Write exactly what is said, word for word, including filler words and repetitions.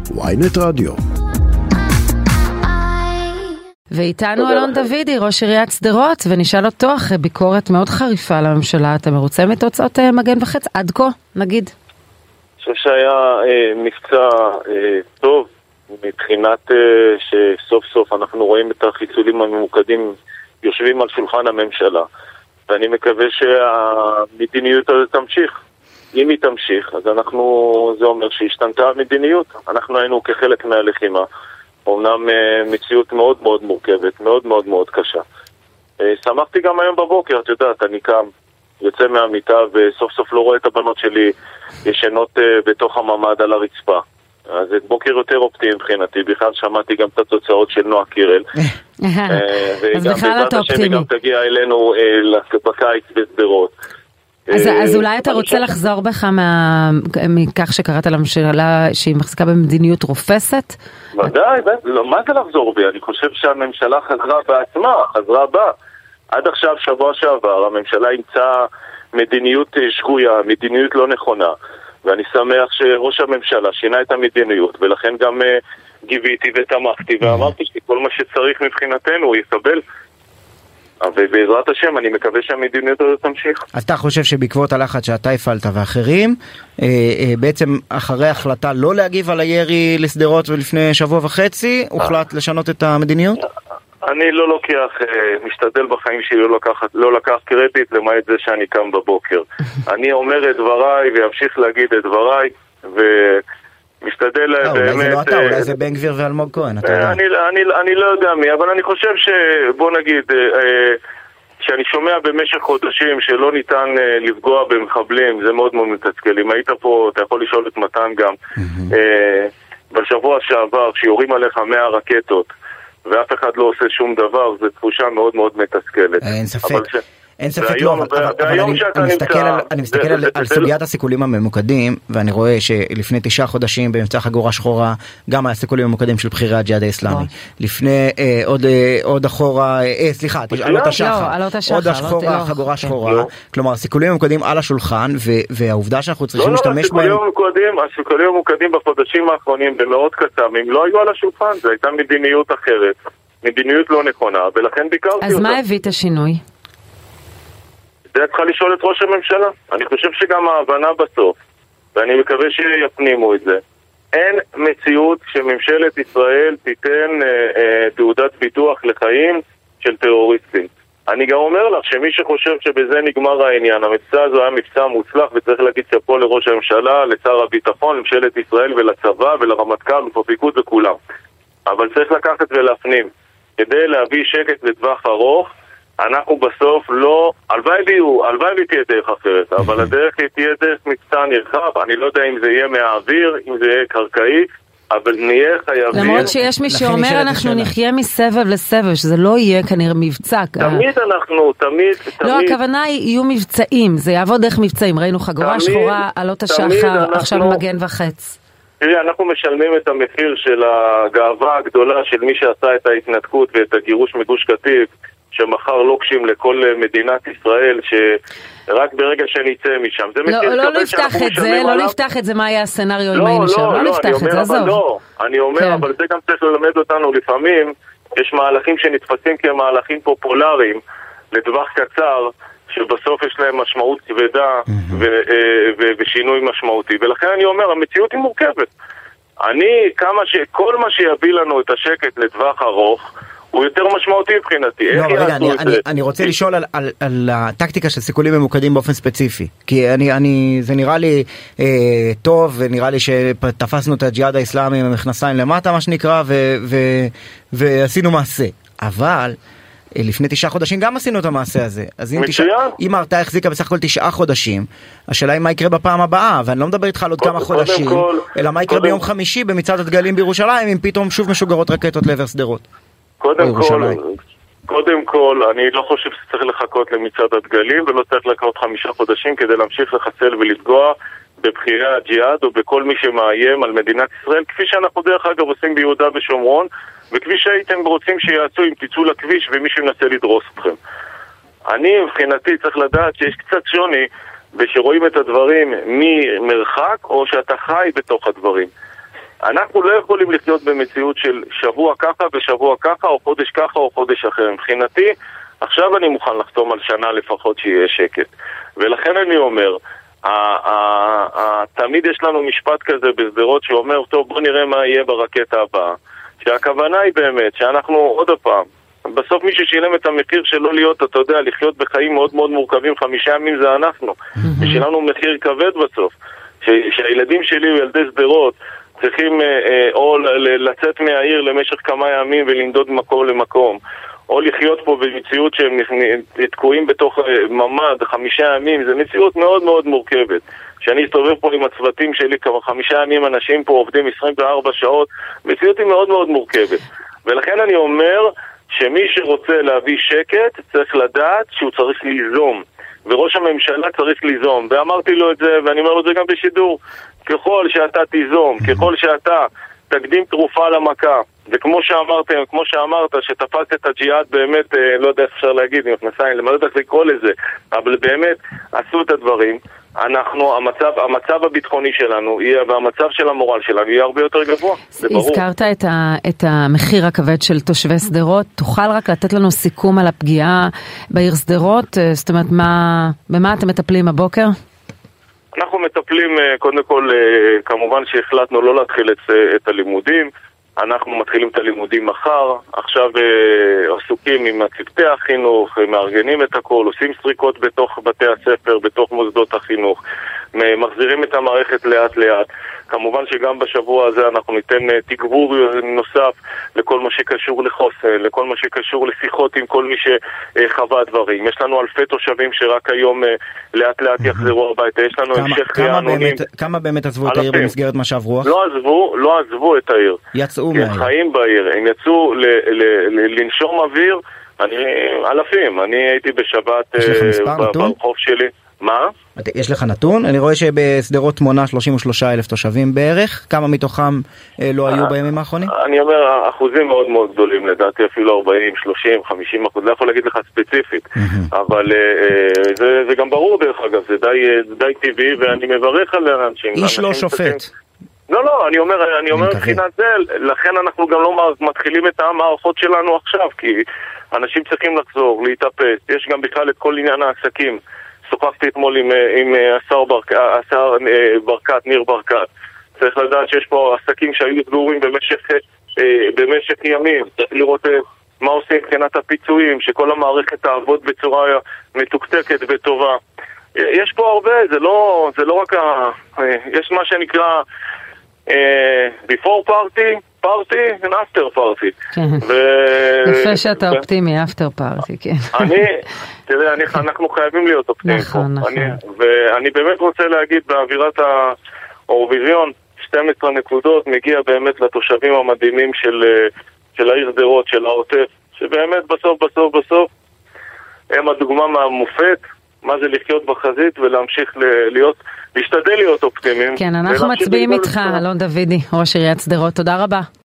וויינט רדיו. ואיתנו אלון דוידי, ראש עיריית שדרות, ונשאל אותו אחרי ביקורת מאוד חריפה לממשלה. אתה מרוצה מתוצאות מגן וחץ עד כה, נגיד? אני חושב שהיה אה, מבצע אה, טוב, מבחינת אה, שסוף סוף אנחנו רואים את החיסולים הממוקדים יושבים על שולחן הממשלה, ואני מקווה שהמדיניות הזאת תמשיך. אם היא תמשיך, אז אנחנו, זה אומר שהשתנתה המדיניות. אנחנו היינו כחלק מהלחימה, אומנם מציאות מאוד מאוד מורכבת, מאוד מאוד מאוד קשה. שמחתי גם היום בבוקר, את יודעת, אני קם, יוצא מהמיטה וסוף סוף לא רואה את הבנות שלי ישנות בתוך הממד על הרצפה. אז את בוקר יותר אופטי מבחינתי, בכלל שמעתי גם את התוצאות של נועה קירל. אז בכלל אתה אופטימי. וגם תגיע אלינו בקיץ בשדרות. אז, אז אולי אתה רוצה לחזור בך מה, מכך שקראת לממשלה שהיא מחזיקה במדיניות רופסת? ודאי, לא, מה זה לחזור בי? אני חושב שהממשלה חזרה בעצמה, חזרה בה. עד עכשיו, שבוע שעבר, הממשלה אימצה מדיניות שגויה, מדיניות לא נכונה. ואני שמח שראש הממשלה שינה את המדיניות, ולכן גם uh, גיביתי ותמכתי, ואמרתי שכל מה שצריך מבחינתנו הוא יקבל. ובעזרת השם אני מקווה שהמדיניות הזאת תמשיך. אז אתה חושב שבעקבות הלחץ שאתה הפעלת ואחרים, אה, אה, בעצם אחרי החלטה לא להגיב על הירי לשדרות ולפני שבוע וחצי, הוחלט לשנות את המדיניות? אני לא לוקח, אה, משתדל בחיים שלי לא לקח, לא לקח קרדיט למעט זה שאני קם בבוקר. אני אומר את דבריי וימשיך להגיד את דבריי ו... משתדל באמת... אולי זה לא אתה, אולי זה בן גביר ואלמוג כהן, אתה יודע. אני לא יודע מי, אבל אני חושב שבוא נגיד, שאני שומע במשך חודשים שלא ניתן לפגוע במחבלים, זה מאוד מאוד מתסכל. אם היית פה, אתה יכול לשאול את מתן גם. בשבוע שעבר, כשיורים עליך מאה רקטות, ואף אחד לא עושה שום דבר, זו תחושה מאוד מאוד מתסכלת. אין ספק. אין ספק לא, אבל אני מסתכל על סוגיית הסיכולים הממוקדים, ואני רואה שלפני תשעה חודשים במבצע חגורה שחורה, גם היה סיכולים ממוקדים של בחירי הג'יהאד האסלאמי. לפני עוד אחורה, סליחה, עלות השחר, עוד אחורה חגורה שחורה, כלומר סיכולים ממוקדים על השולחן, והעובדה שאנחנו צריכים להשתמש בהם... הסיכולים ממוקדים בחודשים האחרונים במאות קצמים לא היו על השולחן, זו הייתה מדיניות אחרת, מדיניות לא נכונה, ולכן ביקרתי אותה. אז מה הביא את השינוי? זה צריכה לשאול את ראש הממשלה. אני חושב שגם ההבנה בסוף, ואני מקווה שיפנימו את זה, אין מציאות שממשלת ישראל תיתן אה, אה, תעודת ביטוח לחיים של טרוריסטים. אני גם אומר לך שמי שחושב שבזה נגמר העניין, המבצע הזו היה מבצע מוצלח, וצריך להגיד שפה לראש הממשלה, לשר הביטחון, לממשלת ישראל ולצבא ולרמטכ"ל ולפיקוד וכולם. אבל צריך לקחת ולהפנים, כדי להביא שקט לטווח ארוך, אנחנו בסוף לא, הלוואי ויהיו, הלוואי ותהיה דרך אחרת, אבל הדרך תהיה דרך מבצע נרחב. אני לא יודע אם זה יהיה מהאוויר, אם זה יהיה קרקעי, אבל נהיה חייבים. למרות שיש מי שאומר אנחנו נחיה מסבב לסבב, שזה לא יהיה כנראה מבצע. תמיד אנחנו, תמיד, תמיד. לא, הכוונה היא, יהיו מבצעים, זה יעבוד דרך מבצעים. ראינו חגורה שחורה, עלות השחר, עכשיו מגן וחץ. תראי, אנחנו משלמים את המחיר של הגאווה הגדולה של מי שעשה את ההתנתקות ואת הגירוש מגוש קטיף, שמחר לוקשים לכל מדינת ישראל, שרק ברגע שנצא משם. לא, לא נפתח את זה, לא נפתח את זה, מה היה הסצנריו אם היינו שם, לא נפתח את זה, עזוב. לא, אני אומר, אבל זה גם צריך ללמד אותנו לפעמים, יש מהלכים שנתפסים כמהלכים פופולריים, לטווח קצר, שבסוף יש להם משמעות כבדה ושינוי משמעותי. ולכן אני אומר, המציאות היא מורכבת. אני, כמה ש... כל מה שיביא לנו את השקט לטווח ארוך, הוא יותר משמעותי מבחינתי. לא, רגע, אני, אני, אני רוצה לשאול על, על, על הטקטיקה של סיכולים ממוקדים באופן ספציפי. כי אני, אני, זה נראה לי אה, טוב, ונראה לי שתפסנו את הג'יהאד האסלאמי עם המכנסיים למטה, מה שנקרא, ו, ו, ועשינו מעשה. אבל לפני תשעה חודשים גם עשינו את המעשה הזה. אז אם, תשע, אם ההרתעה החזיקה בסך הכל תשעה חודשים, השאלה היא מה יקרה בפעם הבאה, ואני לא מדבר איתך על עוד כמה חודשים, כל, אלא מה יקרה ביום חמישי במצעד הדגלים בירושלים, אם פתאום שוב משוגרות רקטות לעבר שדרות. קודם כל, קודם כל, אני לא חושב שצריך לחכות למצעד הדגלים, ולא צריך לקרות חמישה חודשים כדי להמשיך לחסל ולפגוע בבחירי הג'יהאד או בכל מי שמאיים על מדינת ישראל, כפי שאנחנו דרך אגב עושים ביהודה ושומרון, וכפי שהייתם רוצים שיעשו אם תצאו לכביש ומישהו ינסה לדרוס אתכם. אני מבחינתי צריך לדעת שיש קצת שוני ושרואים את הדברים ממרחק או שאתה חי בתוך הדברים. אנחנו לא יכולים לחיות במציאות של שבוע ככה ושבוע ככה, או חודש ככה או חודש אחר. מבחינתי, עכשיו אני מוכן לחתום על שנה לפחות שיהיה שקט. ולכן אני אומר, תמיד יש לנו משפט כזה בסדרות שאומר, טוב, בוא נראה מה יהיה ברקטה הבאה. שהכוונה היא באמת שאנחנו עוד הפעם, בסוף מי ששילם את המחיר שלא להיות, אתה יודע, לחיות בחיים מאוד מאוד מורכבים, חמישה ימים זה אנחנו. ושילמנו מחיר כבד בסוף. שהילדים שלי וילדי סדרות צריכים או לצאת מהעיר למשך כמה ימים ולנדוד מקום למקום, או לחיות פה במציאות שהם תקועים בתוך ממד חמישה ימים. זה מציאות מאוד מאוד מורכבת. שאני אסתובב פה עם הצוותים שלי כבר חמישה ימים, אנשים פה עובדים עשרים וארבע שעות, מציאות היא מאוד מאוד מורכבת. ולכן אני אומר שמי שרוצה להביא שקט צריך לדעת שהוא צריך ליזום, וראש הממשלה צריך ליזום, ואמרתי לו את זה ואני אומר לו את זה גם בשידור. ככל שאתה תיזום, ככל שאתה תקדים תרופה למכה, וכמו שאמרתם, כמו שאמרת, שתפסת את הג'יהאד באמת, לא יודע איך אפשר להגיד, עם הכנסיים, למה לא יודע איך לקרוא לזה, אבל באמת עשו את הדברים. אנחנו, המצב, המצב הביטחוני שלנו יהיה, והמצב של המורל שלנו יהיה הרבה יותר גבוה. זה ברור. הזכרת את, ה, את המחיר הכבד של תושבי סדרות. תוכל רק לתת לנו סיכום על הפגיעה בעיר סדרות? זאת אומרת, מה, במה אתם מטפלים הבוקר? אנחנו מטפלים, קודם כל, כמובן שהחלטנו לא להתחיל את, את הלימודים. אנחנו מתחילים את הלימודים מחר. עכשיו עסוקים עם צוותי החינוך, מארגנים את הכל, עושים סריקות בתוך בתי הספר, בתוך מוסדות החינוך, מחזירים את המערכת לאט לאט. כמובן שגם בשבוע הזה אנחנו ניתן תגבור נוסף לכל מה שקשור לחוסן, לכל מה שקשור לשיחות עם כל מי שחווה דברים. יש לנו אלפי תושבים שרק היום לאט לאט יחזרו הביתה. יש לנו המשך אנונים. כמה באמת עזבו את העיר במסגרת משב רוח? לא עזבו, לא עזבו את העיר. יצאו מהעיר. הם חיים בעיר. הם יצאו לנשום אוויר. אני, אלפים. אני הייתי בשבת ברחוב שלי. מה? יש לך נתון? אני רואה שבסדרות מונה שלושים ושלושה אלף תושבים בערך. כמה מתוכם לא היו בימים האחרונים? אני אומר, אחוזים מאוד מאוד גדולים, לדעתי אפילו ארבעים, שלושים, חמישים אחוז, לא יכול להגיד לך ספציפית, אבל זה גם ברור דרך אגב, זה די טבעי, ואני מברך על האנשים. איש לא שופט. לא, לא, אני אומר, אני אומר מבחינת זה, לכן אנחנו גם לא מתחילים את המערכות שלנו עכשיו, כי אנשים צריכים לחזור, להתאפס. יש גם בכלל את כל עניין העסקים. שוחחתי אתמול עם, עם השר, ברק, השר ברקת, ניר ברקת. צריך לדעת שיש פה עסקים שהיו סגורים במשך, במשך ימים. צריך לראות מה עושים מבחינת הפיצויים, שכל המערכת תעבוד בצורה מתוקתקת וטובה. יש פה הרבה, זה לא, זה לא רק ה... יש מה שנקרא before party, party and after party. יפה שאתה אופטימי, after party, כן. אני, תראה, אנחנו חייבים להיות אופטימיים פה. ואני באמת רוצה להגיד באווירת האירוויזיון, שתים עשרה נקודות מגיע באמת לתושבים המדהימים של העיר סדרות, של העוטף, שבאמת בסוף בסוף בסוף הם הדוגמה מהמופת, מה זה לחיות בחזית ולהמשיך להיות, להשתדל להיות אופטימיים. כן, אנחנו מצביעים איתך, אלון דוידי, ראש עיריית סדרות. תודה רבה.